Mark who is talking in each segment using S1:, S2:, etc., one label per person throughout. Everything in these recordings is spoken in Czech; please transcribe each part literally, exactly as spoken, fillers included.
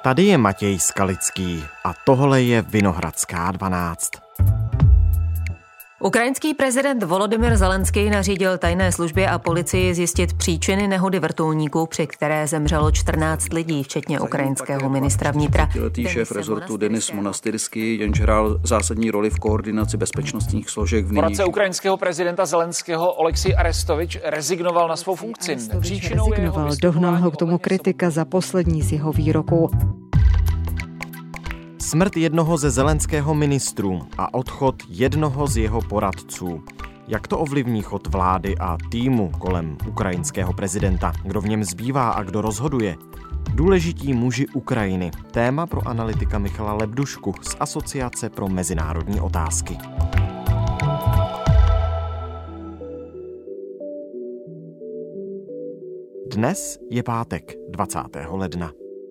S1: Tady je Matěj Skalický a tohle je Vinohradská dvanáct.
S2: Ukrajinský prezident Volodymyr Zelenský nařídil tajné službě a policii zjistit příčiny nehody vrtulníku, při které zemřelo čtrnáct lidí, včetně ukrajinského ministra vnitra.
S3: Šéf rezortu Denis Monastyrský, jenž hrál zásadní roli v koordinaci bezpečnostních složek v nyní.
S4: Poradce ukrajinského prezidenta Zelenského Oleksij Arestovič rezignoval na svou funkci.
S5: Příčinou rezignoval, dohnal ho k tomu kritika za poslední z jeho výroků.
S1: Smrt jednoho ze Zelenského ministrů a odchod jednoho z jeho poradců. Jak to ovlivní chod vlády a týmu kolem ukrajinského prezidenta? Kdo v něm zbývá a kdo rozhoduje? Důležití muži Ukrajiny. Téma pro analytika Michala Lebdušku z Asociace pro mezinárodní otázky. Dnes je pátek, dvacátého ledna.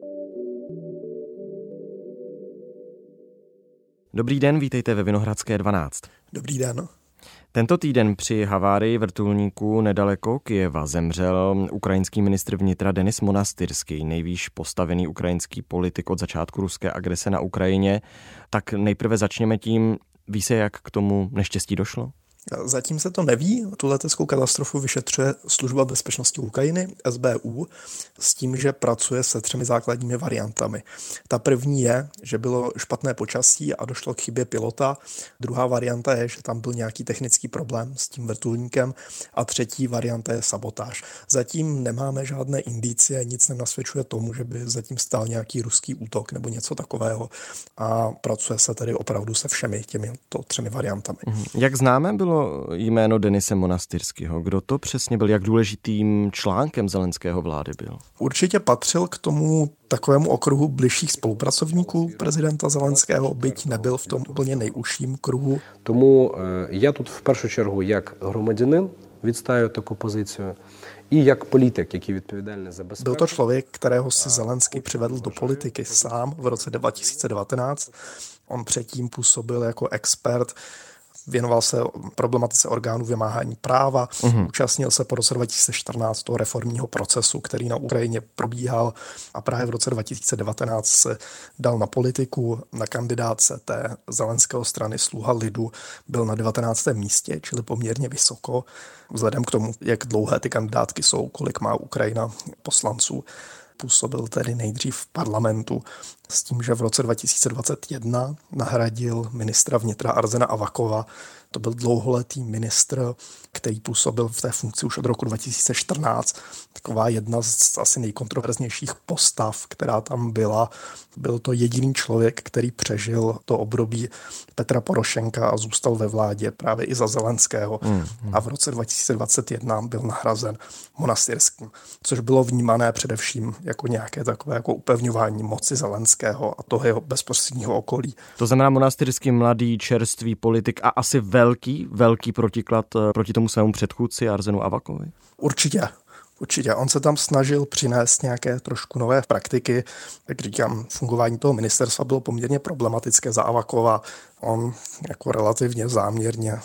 S1: Dobrý den, vítejte ve Vinohradské dvanáct.
S6: Dobrý den.
S1: Tento týden při havárii vrtulníku nedaleko Kyjeva zemřel ukrajinský ministr vnitra Denis Monastyrský, nejvýš postavený ukrajinský politik od začátku ruské agrese na Ukrajině. Tak nejprve začněme tím, ví se, jak k tomu neštěstí došlo?
S6: Zatím se to neví. Tu leteckou katastrofu vyšetřuje Služba bezpečnosti Ukrajiny, S B U, s tím, že pracuje se třemi základními variantami. Ta první je, že bylo špatné počasí a došlo k chybě pilota. Druhá varianta je, že tam byl nějaký technický problém s tím vrtulníkem. A třetí varianta je sabotáž. Zatím nemáme žádné indicie, nic nenasvědčuje tomu, že by zatím stál nějaký ruský útok nebo něco takového. A pracuje se tedy opravdu se všemi těmito třemi variantami.
S1: Jak známe bylo jméno Denise Monastyrského? Kdo to přesně byl? Jak důležitým článkem zelenského vlády byl?
S6: Určitě patřil k tomu takovému okruhu bližších spolupracovníků prezidenta Zelenského, byť nebyl v tom úplně nejužším kruhu.
S7: Тому я тут в першу чергу як громадянин відстаю таку позицію і як політик, який відповідальний за безпеку.
S6: Byl to člověk, kterého si Zelenský přivedl do politiky sám v roce dva tisíce devatenáct. On předtím působil jako expert, věnoval se problematice orgánů vymáhání práva, uhum. Účastnil se po roce dva tisíce čtrnáct toho reformního procesu, který na Ukrajině probíhal a právě v roce dva tisíce devatenáct se dal na politiku, na kandidátce té Zelenského strany Sluha lidu, byl na devatenáctém místě, čili poměrně vysoko, vzhledem k tomu, jak dlouhé ty kandidátky jsou, kolik má Ukrajina poslanců. Působil tedy nejdřív v parlamentu s tím, že v roce dva tisíce dvacet jedna nahradil ministra vnitra Arsena Avakova. To byl dlouholetý ministr, který působil v té funkci už od roku dva tisíce čtrnáct. Taková jedna z asi nejkontroverznějších postav, která tam byla. Byl to jediný člověk, který přežil to období Petra Porošenka a zůstal ve vládě právě i za Zelenského. Mm, mm. A v roce dva tisíce dvacet jedna byl nahrazen Monastyrským, což bylo vnímané především jako nějaké takové jako upevňování moci Zelenského a toho jeho bezprostředního okolí.
S1: To znamená Monastyrský mladý, čerstvý politik a asi velký, velký protiklad proti tomu svému předchůdci Arsenu Avakovi?
S6: Určitě. Určitě. On se tam snažil přinést nějaké trošku nové praktiky. Jak říkám, fungování toho ministerstva bylo poměrně problematické za Avakova. On jako relativně záměrně,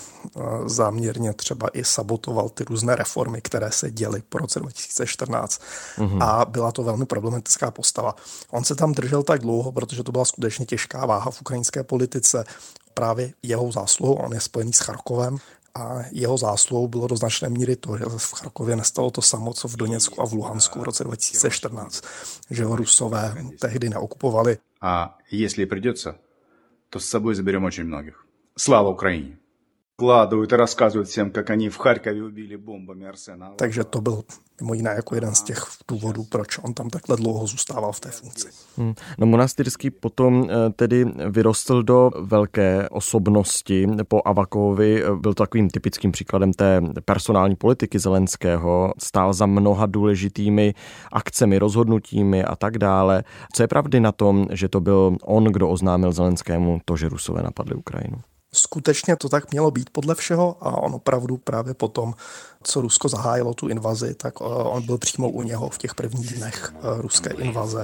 S6: záměrně třeba i sabotoval ty různé reformy, které se děly po roce dva tisíce čtrnáct. Mm-hmm. A byla to velmi problematická postava. On se tam držel tak dlouho, protože to byla skutečně těžká váha v ukrajinské politice. Právě jeho zásluhou, on je spojený s Charkovem, a jeho zásluhou bylo do značné míry to, že v Charkově nestalo to samo, co v Doněcku a v Luhansku v roce dva tisíce čtrnáct, že ho Rusové tehdy neokupovali.
S8: A jestli придется, то с собой заберем очень многих. Слава Украине! Вкладывают и рассказывают всем, как они в Харькове убили бомбами Арсена.
S6: Takže to byl mimo jiné jako jeden z těch důvodů, proč on tam takhle dlouho zůstával v té funkci.
S1: Hmm. No Monastyrský potom tedy vyrostl do velké osobnosti po Avakovi. Byl to takovým typickým příkladem té personální politiky Zelenského. Stál za mnoha důležitými akcemi, rozhodnutími a tak dále. Co je pravdy na tom, že to byl on, kdo oznámil Zelenskému to, že Rusové napadli Ukrajinu?
S6: Skutečně to tak mělo být podle všeho a on opravdu právě potom, co Rusko zahájilo tu invazi, tak on byl přímo u něho v těch prvních dnech ruské invaze.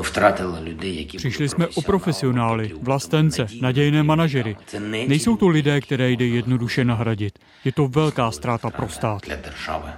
S9: Přišli jsme o profesionály, vlastence, nadějné manažery. Nejsou to lidé, které jde jednoduše nahradit. Je to velká ztráta pro stát.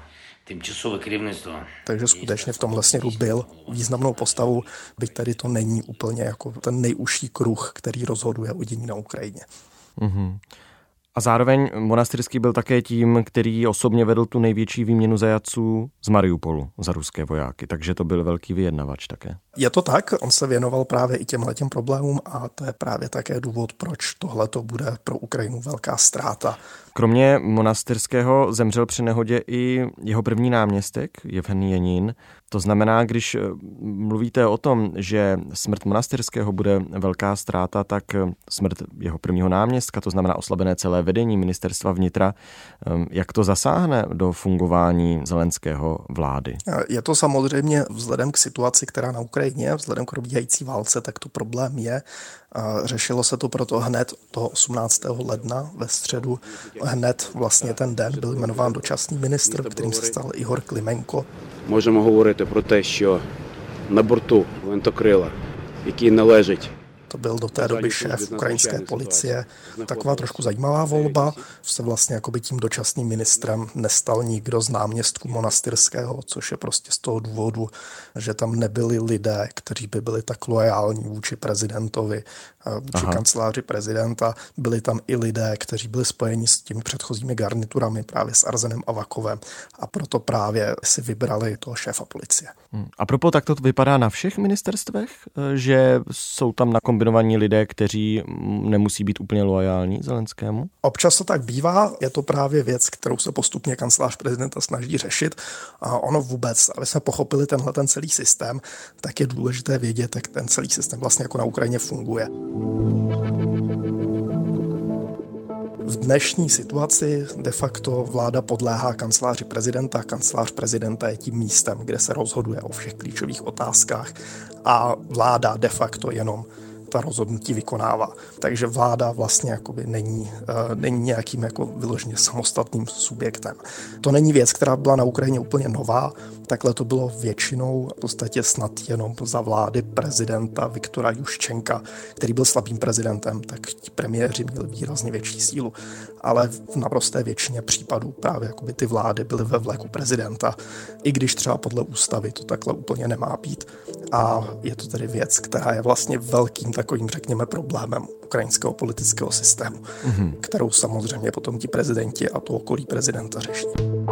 S6: Takže skutečně v tomhle směru byl významnou postavou, byť tady to není úplně jako ten nejužší kruh, který rozhoduje o dění na Ukrajině.
S1: Mm-hmm. A zároveň Monastyrský byl také tím, který osobně vedl tu největší výměnu zajatců z Mariupolu za ruské vojáky, takže to byl velký vyjednavač také.
S6: Je to tak, on se věnoval právě i těmhletěm problémům a to je právě také důvod, proč tohleto bude pro Ukrajinu velká ztráta.
S1: Kromě Monastyrského zemřel při nehodě i jeho první náměstek, Jevhen Jenin. To znamená, když mluvíte o tom, že smrt Monastyrského bude velká ztráta, tak smrt jeho prvního náměstka, to znamená oslabené celé vedení ministerstva vnitra, jak to zasáhne do fungování Zelenského vlády?
S6: Je to samozřejmě vzhledem k situaci, která na Ukrajině, vzhledem k probíhající válce, tak to problém je. Řešilo se to proto hned toho osmnáctého ledna ve středu. Hned vlastně ten den byl jmenován dočasný ministr, kterým se stal Igor Klimenko.
S10: Můžeme hovořit pro to, že na bortu Винтокрила, який належить.
S6: To byl do té doby šéf ukrajinské policie. Taková trošku zajímavá volba. Se vlastně jakoby tím dočasným ministrem nestal nikdo z náměstků Monastyrského, což je prostě z toho důvodu, že tam nebyli lidé, kteří by byli tak loajální vůči prezidentovi, vůči Aha. kanceláři prezidenta. Byli tam i lidé, kteří byli spojeni s těmi předchozími garniturami, právě s Arsenem Avakovem. A proto právě si vybrali toho šéfa policie.
S1: A propos, tak to vypadá na všech ministerstvech, že jsou tam nakombinovaní lidé, kteří nemusí být úplně loajální Zelenskému?
S6: Občas to tak bývá, je to právě věc, kterou se postupně kancelář prezidenta snaží řešit. A ono vůbec, aby jsme pochopili tenhle ten celý systém, tak je důležité vědět, jak ten celý systém vlastně jako na Ukrajině funguje. V dnešní situaci de facto vláda podléhá kanceláři prezidenta. Kancelář prezidenta je tím místem, kde se rozhoduje o všech klíčových otázkách a vláda de facto jenom ta rozhodnutí vykonává. Takže vláda vlastně jakoby není, není nějakým jako vyloženě samostatným subjektem. To není věc, která byla na Ukrajině úplně nová. Takhle to bylo většinou v podstatě snad jenom za vlády prezidenta Viktora Juščenka, který byl slabým prezidentem, tak ti premiéři měli výrazně větší sílu. Ale v naprosté většině případů právě jakoby ty vlády byly ve vleku prezidenta, i když třeba podle ústavy to takhle úplně nemá být. A je to tedy věc, která je vlastně velkým takovým, řekněme, problémem ukrajinského politického systému, mm-hmm. kterou samozřejmě potom ti prezidenti a to okolí prezidenta řeší.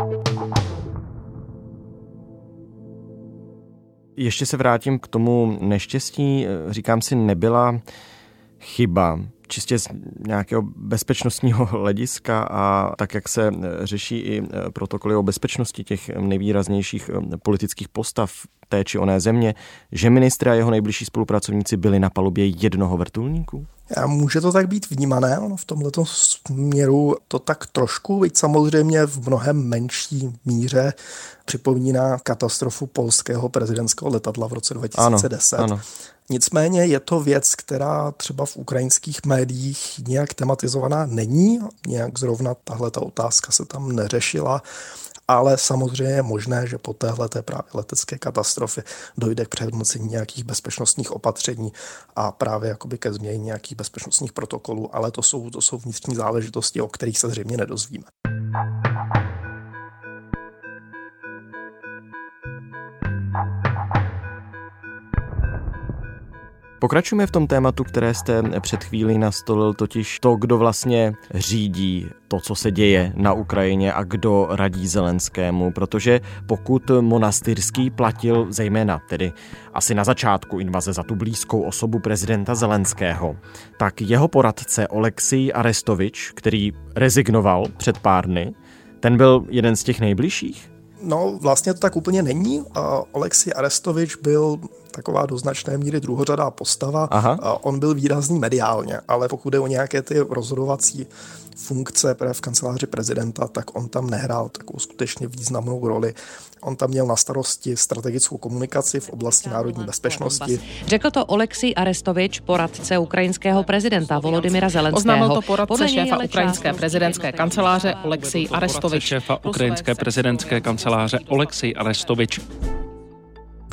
S1: Ještě se vrátím k tomu neštěstí. Říkám si, nebyla chyba čistě z nějakého bezpečnostního hlediska a tak, jak se řeší i protokoly o bezpečnosti těch nejvýraznějších politických postav té či oné země, že ministr a jeho nejbližší spolupracovníci byli na palubě jednoho vrtulníku?
S6: A může to tak být vnímané, ono v tomhleto směru to tak trošku, byť samozřejmě v mnohem menší míře připomíná katastrofu polského prezidentského letadla v roce dva tisíce deset. Ano, ano. Nicméně je to věc, která třeba v ukrajinských médiích nějak tematizovaná není, nějak zrovna tahle ta otázka se tam neřešila, ale samozřejmě je možné, že po téhleté právě letecké katastrofě dojde k přehodnocení nějakých bezpečnostních opatření a právě jakoby ke změně nějakých bezpečnostních protokolů, ale to jsou, to jsou vnitřní záležitosti, o kterých se zřejmě nedozvíme.
S1: Pokračujeme v tom tématu, které jste před chvílí nastolil, totiž to, kdo vlastně řídí to, co se děje na Ukrajině a kdo radí Zelenskému, protože pokud Monastyrský platil zejména tedy asi na začátku invaze za tu blízkou osobu prezidenta Zelenského, tak jeho poradce Oleksij Arestovič, který rezignoval před pár dny, ten byl jeden z těch nejbližších?
S6: No, vlastně to tak úplně není. Oleksij Arestovič byl taková do značné míry druhořadá postava. Aha. On byl výrazný mediálně, ale pokud jde o nějaké ty rozhodovací funkce v kanceláři prezidenta, tak on tam nehrál takovou skutečně významnou roli. On tam měl na starosti strategickou komunikaci v oblasti národní bezpečnosti.
S11: Řekl to Oleksij Arestovič, poradce ukrajinského prezidenta Volodymyra Zelenského.
S12: Oznámil to poradce šéfa ukrajinské prezidentské kanceláře Oleksij Arestovič.
S9: Šéfa ukrajinské prezidentské kanceláře Oleksij Arestovič.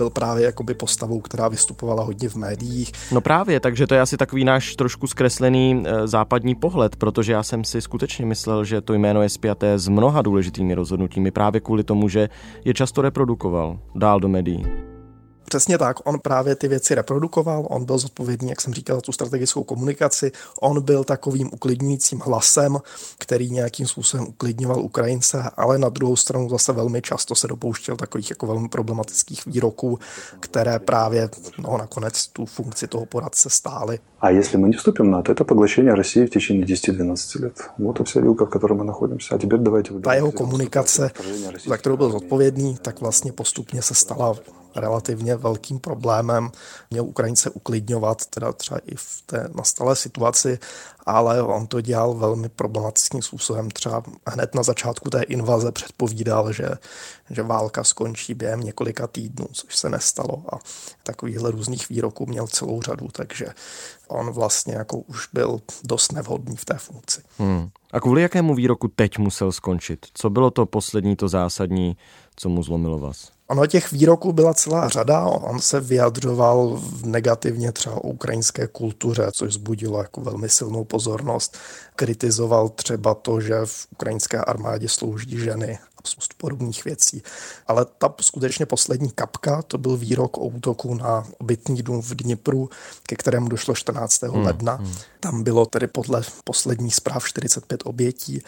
S6: byl právě jakoby postavou, která vystupovala hodně v médiích.
S1: No právě, takže to je asi takový náš trošku zkreslený e, západní pohled, protože já jsem si skutečně myslel, že to jméno je spjaté s mnoha důležitými rozhodnutími právě kvůli tomu, že je často reprodukoval dál do médií.
S6: Přesně tak, on právě ty věci reprodukoval, on byl zodpovědný, jak jsem říkal, za tu strategickou komunikaci, on byl takovým uklidňujícím hlasem, který nějakým způsobem uklidňoval Ukrajince, ale na druhou stranu zase velmi často se dopouštěl takových jako velmi problematických výroků, které právě no, nakonec tu funkci toho poradce stály.
S13: A jestli my nevstupíme na to, to poglešení Rusie v tečení deset dvanáct let. Вот и вся вилка, в которой мы находимся. A теперь давайте...
S6: Ta jeho komunikace, za kterou byl zodpovědný, tak vlastně postupně se stala relativně velkým problémem. Měl Ukrajince uklidňovat, teda třeba i v té nastalé situaci, ale on to dělal velmi problematickým způsobem. Třeba hned na začátku té invaze předpovídal, že, že válka skončí během několika týdnů, což se nestalo a takovýchhle různých výroků měl celou řadu, takže on vlastně jako už byl dost nevhodný v té funkci.
S1: Hmm. A kvůli jakému výroku teď musel skončit? Co bylo to poslední, to zásadní, co mu zlomilo vás?
S6: Ono těch výroků byla celá řada, on se vyjadřoval negativně třeba o ukrajinské kultuře, což vzbudilo jako velmi silnou pozornost. Kritizoval třeba to, že v ukrajinské armádě slouží ženy a spoustu podobných věcí. Ale ta skutečně poslední kapka, to byl výrok o útoku na obytný dům v Dnipru, ke kterému došlo čtrnáctého ledna. Hmm, hmm. Tam bylo tedy podle posledních zpráv čtyřicet pět obětí.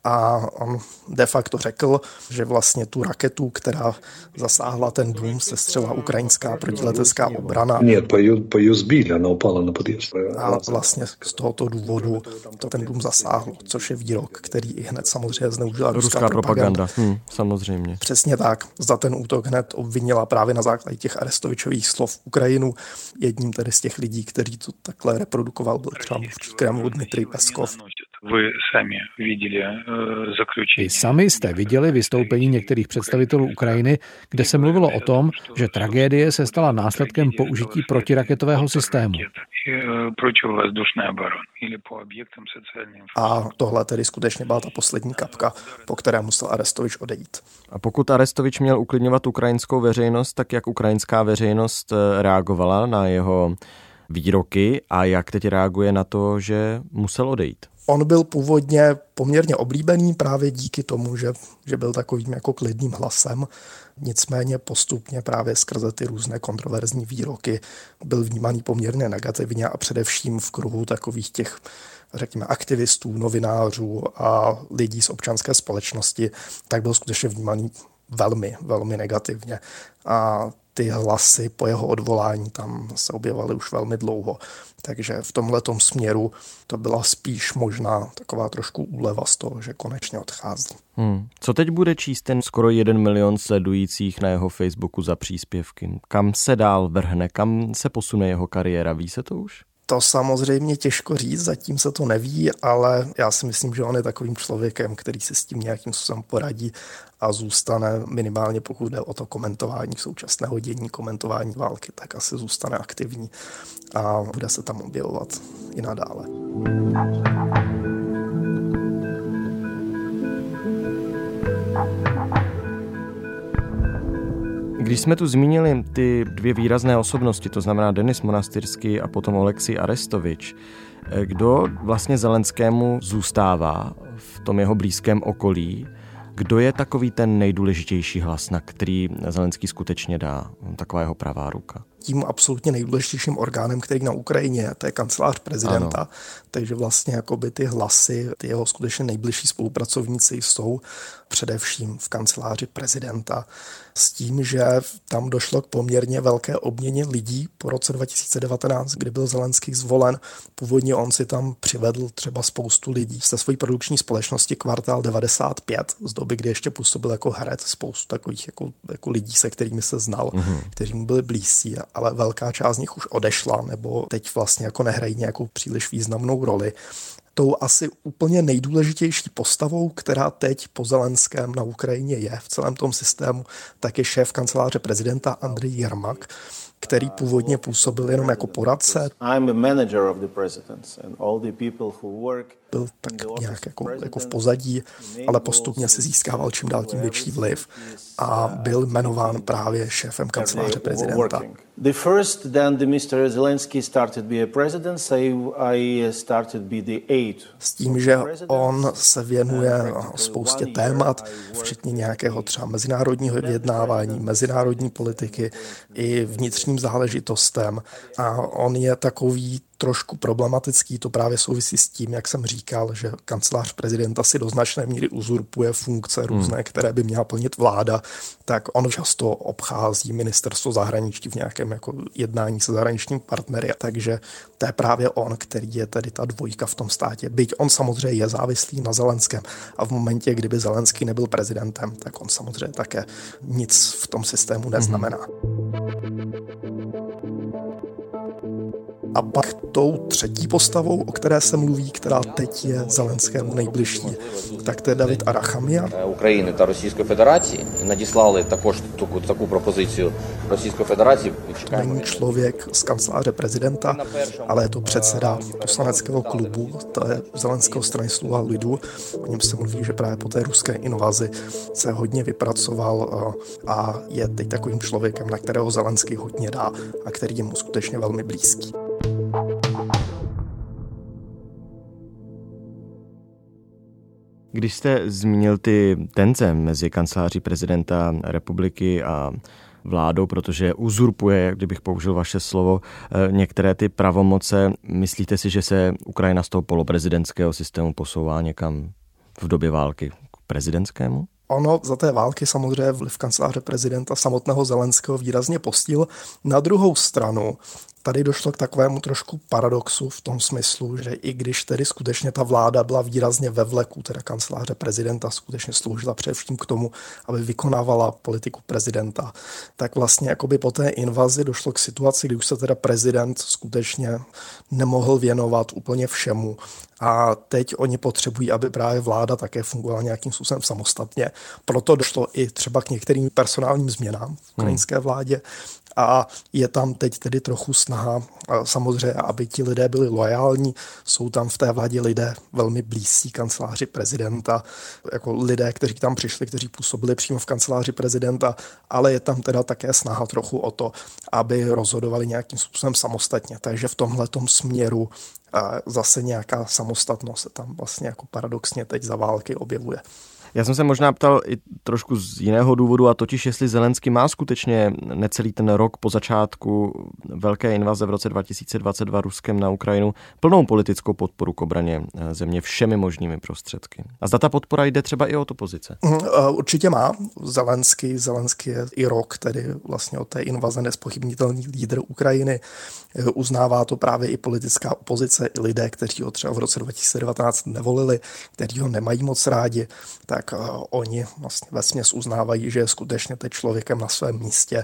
S6: A on de facto řekl, že vlastně tu raketu, která zasáhla ten dům, sestřelila ukrajinská protiletecká obrana.
S13: Ne, po ji zbili, ona upala na podjezd.
S6: A vlastně z tohoto důvodu to ten dům zasáhlo, což je výrok, který i hned samozřejmě zneužila ruská, ruská propaganda. propaganda.
S1: Hmm, samozřejmě.
S6: Přesně tak. Za ten útok hned obvinila právě na základě těch Arestovičových slov Ukrajinu. Jedním tedy z těch lidí, kteří to takhle reprodukoval, byl třeba mluvčí Kremlu Dmitrij Peskov.
S14: Vy sami viděli zaključení.
S15: Vy sami jste viděli vystoupení některých představitelů Ukrajiny, kde se mluvilo o tom, že tragédie se stala následkem použití protiraketového systému.
S6: A tohle tedy skutečně byla ta poslední kapka, po které musel Arestovič odejít.
S1: A pokud Arestovič měl uklidňovat ukrajinskou veřejnost, tak jak ukrajinská veřejnost reagovala na jeho výroky a jak teď reaguje na to, že musel odejít?
S6: On byl původně poměrně oblíbený právě díky tomu, že, že byl takovým jako klidným hlasem. Nicméně postupně právě skrze ty různé kontroverzní výroky byl vnímaný poměrně negativně a především v kruhu takových těch, řekněme, aktivistů, novinářů a lidí z občanské společnosti, tak byl skutečně vnímaný velmi, velmi negativně. A ty hlasy po jeho odvolání tam se objevaly už velmi dlouho. Takže v tomhletom směru to byla spíš možná taková trošku úleva z toho, že konečně odchází.
S1: Hmm. Co teď bude číst ten skoro jeden milion sledujících na jeho Facebooku za příspěvky? Kam se dál vrhne? Kam se posune jeho kariéra? Ví se to už?
S6: To samozřejmě těžko říct, zatím se to neví, ale já si myslím, že on je takovým člověkem, který si s tím nějakým způsobem poradí a zůstane minimálně, pokud jde o to komentování současného dění, komentování války, tak asi zůstane aktivní a bude se tam objevovat i nadále.
S1: Když jsme tu zmínili ty dvě výrazné osobnosti, to znamená Denis Monastyrský a potom Oleksij Arestovič, kdo vlastně Zelenskému zůstává v tom jeho blízkém okolí? Kdo je takový ten nejdůležitější hlas, na který Zelenský skutečně dá, taková jeho pravá ruka?
S6: Tím absolutně nejdůležitějším orgánem, který na Ukrajině je, to je kancelář prezidenta, ano. Takže vlastně jakoby ty hlasy, ty jeho skutečně nejbližší spolupracovníci jsou především v kanceláři prezidenta s tím, že tam došlo k poměrně velké obměně lidí po roce dva tisíce devatenáct, kdy byl Zelenský zvolen. Původně on si tam přivedl třeba spoustu lidí ze své produkční společnosti Kvartál devadesát pět, z doby, kdy ještě působil jako herec, spoustu takových jako, jako lidí, se kterými se znal, mm-hmm. kteří mu byli blízcí, ale velká část z nich už odešla, nebo teď vlastně jako nehrají nějakou příliš významnou roli. Tou asi úplně nejdůležitější postavou, která teď po Zelenském na Ukrajině je v celém tom systému, tak je šéf kanceláře prezidenta Andrej Jermak. který původně působil jenom jako poradce. Byl tak nějak jako, jako v pozadí, ale postupně se získával čím dál tím větší vliv a byl jmenován právě šéfem kanceláře prezidenta.
S16: The first then the mister Zelensky started be a president, so I started be the aide.
S6: S tím, že on se věnuje spoustě témat, včetně nějakého třeba mezinárodního vyjednávání, mezinárodní politiky i vnitřním záležitostem. A on je takový trošku problematický, to právě souvisí s tím, jak jsem říkal, že kancelář prezidenta si do značné míry uzurpuje funkce různé, hmm. které by měla plnit vláda, tak on často obchází ministerstvo zahraničí v nějakém jako jednání se zahraničními partnery, takže to je právě on, který je tedy ta dvojka v tom státě. Byť on samozřejmě je závislý na Zelenském a v momentě, kdyby Zelenský nebyl prezidentem, tak on samozřejmě také nic v tom systému neznamená. Hmm. A pak tou třetí postavou, o které se mluví, která teď je Zelenskému nejbližší, tak to je David Arachamia.
S17: України та Російської Федерації надіслали також таку, таку пропозицію Російської Федерації.
S6: Není člověk z kanceláře prezidenta, ale je to předseda poslaneckého klubu, to je Zelenského strany Sluha lidu. O něm se mluví, že právě po té ruské invazi se hodně vypracoval a je teď takovým člověkem, na kterého Zelenský hodně dá a který je mu skutečně velmi blízký.
S1: Když jste zmínil ty tenze mezi kanceláří prezidenta republiky a vládou, protože uzurpuje, kdybych použil vaše slovo, některé ty pravomoce, myslíte si, že se Ukrajina z toho poloprezidentského systému posouvá někam v době války k prezidentskému?
S6: Ono za té války samozřejmě vliv kanceláře prezidenta samotného Zelenského výrazně postil. Na druhou stranu tady došlo k takovému trošku paradoxu v tom smyslu, že i když tedy skutečně ta vláda byla výrazně ve vleku, teda kanceláře prezidenta skutečně sloužila především k tomu, aby vykonávala politiku prezidenta, tak vlastně jakoby po té invazi došlo k situaci, kdy už se teda prezident skutečně nemohl věnovat úplně všemu. A teď oni potřebují, aby právě vláda také fungovala nějakým způsobem samostatně. Proto došlo i třeba k některým personálním změnám v ukrajinské vládě. A je tam teď tedy trochu snaha, samozřejmě, aby ti lidé byli loajální. Jsou tam v té vládě lidé velmi blízcí kanceláři prezidenta, jako lidé, kteří tam přišli, kteří působili přímo v kanceláři prezidenta, ale je tam teda také snaha trochu o to, aby rozhodovali nějakým způsobem samostatně. Takže v tomhletom směru zase nějaká samostatnost se tam vlastně jako paradoxně teď za války objevuje.
S1: Já jsem se možná ptal i trošku z jiného důvodu, a totiž jestli Zelenský má skutečně necelý ten rok po začátku velké invaze v roce dva tisíce dvacet dva Ruskem na Ukrajinu plnou politickou podporu k obraně země všemi možnými prostředky. A zda ta podpora jde třeba i od opozice?
S6: Určitě má. Zelenský, Zelenský je i rok, tedy vlastně od té invaze nezpochybnitelný lídr Ukrajiny. Uznává to právě i politická opozice, i lidé, kteří ho třeba v roce dva tisíce devatenáct nevolili, kteří ho nemají moc rádi, tak oni vlastně vesměs uznávají, že je skutečně teď člověkem na svém místě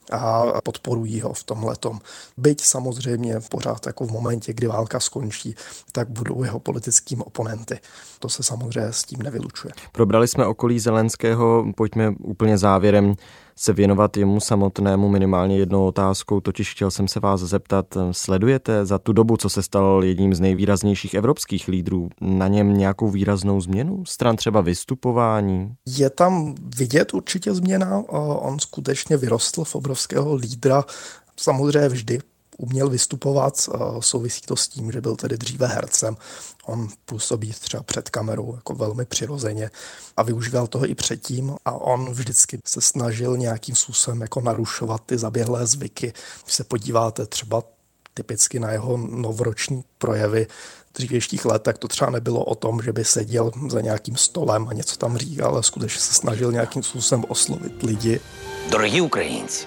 S6: a podporují ho v tomhletom. Byť samozřejmě pořád jako v momentě, kdy válka skončí, tak budou jeho politickými oponenty. To se samozřejmě s tím nevylučuje.
S1: Probrali jsme okolí Zelenského, pojďme úplně závěrem se věnovat jemu samotnému minimálně jednou otázkou, totiž chtěl jsem se vás zeptat, sledujete za tu dobu, co se stal jedním z nejvýraznějších evropských lídrů, na něm nějakou výraznou změnu? Stran třeba vystupování?
S6: Je tam vidět určitě změna, on skutečně vyrostl v obrovského lídra, samozřejmě vždy uměl vystupovat, souvisí to s tím, že byl tedy dříve hercem. On působí třeba před kamerou jako velmi přirozeně a využíval toho i předtím a on vždycky se snažil nějakým způsobem jako narušovat ty zaběhlé zvyky. Když se podíváte třeba typicky na jeho novoroční projevy dřívějších let, tak to třeba nebylo o tom, že by seděl za nějakým stolem a něco tam říkal, ale skutečně se snažil nějakým způsobem oslovit lidi.
S18: Дорогі українці,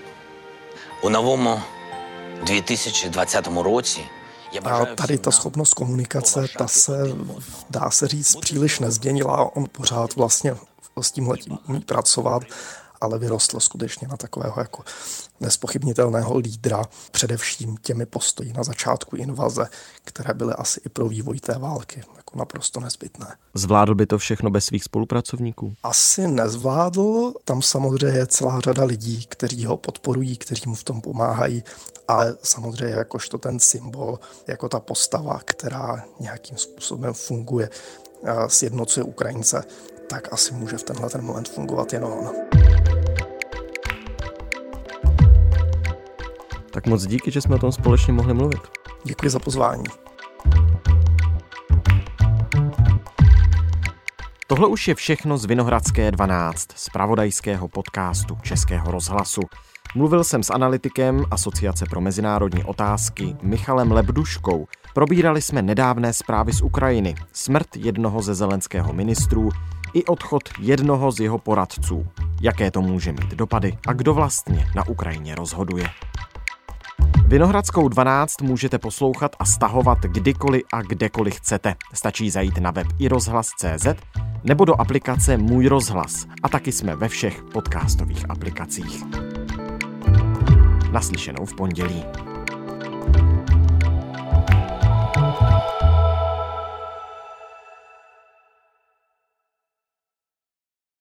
S18: у новому дві тисячі двадцятому році
S6: a tady ta schopnost komunikace, ta se, dá se říct, příliš nezměnila. On pořád vlastně s tímhletím umí pracovat ale vyrostl skutečně na takového jako nespochybnitelného lídra, především těmi postoji na začátku invaze, které byly asi i pro vývoj té války jako naprosto nezbytné.
S1: Zvládl by to všechno bez svých spolupracovníků?
S6: Asi nezvládl, tam samozřejmě je celá řada lidí, kteří ho podporují, kteří mu v tom pomáhají, ale samozřejmě jakožto ten symbol, jako ta postava, která nějakým způsobem funguje, sjednocuje Ukrajince, tak asi může v tenhle ten moment fungovat jen on.
S1: Tak moc díky, že jsme o tom společně mohli mluvit.
S6: Děkuji za pozvání.
S1: Tohle už je všechno z Vinohradské dvanáct, zpravodajského podcastu Českého rozhlasu. Mluvil jsem s analytikem Asociace pro mezinárodní otázky Michalem Lebduškou. Probírali jsme nedávné zprávy z Ukrajiny, smrt jednoho ze Zelenského ministrů i odchod jednoho z jeho poradců. Jaké to může mít dopady a kdo vlastně na Ukrajině rozhoduje. Vinohradskou dvanáct můžete poslouchat a stahovat kdykoliv a kdekoliv chcete. Stačí zajít na web i rozhlas tečka cé zet nebo do aplikace Můj rozhlas a taky jsme ve všech podcastových aplikacích. Naslyšenou v pondělí.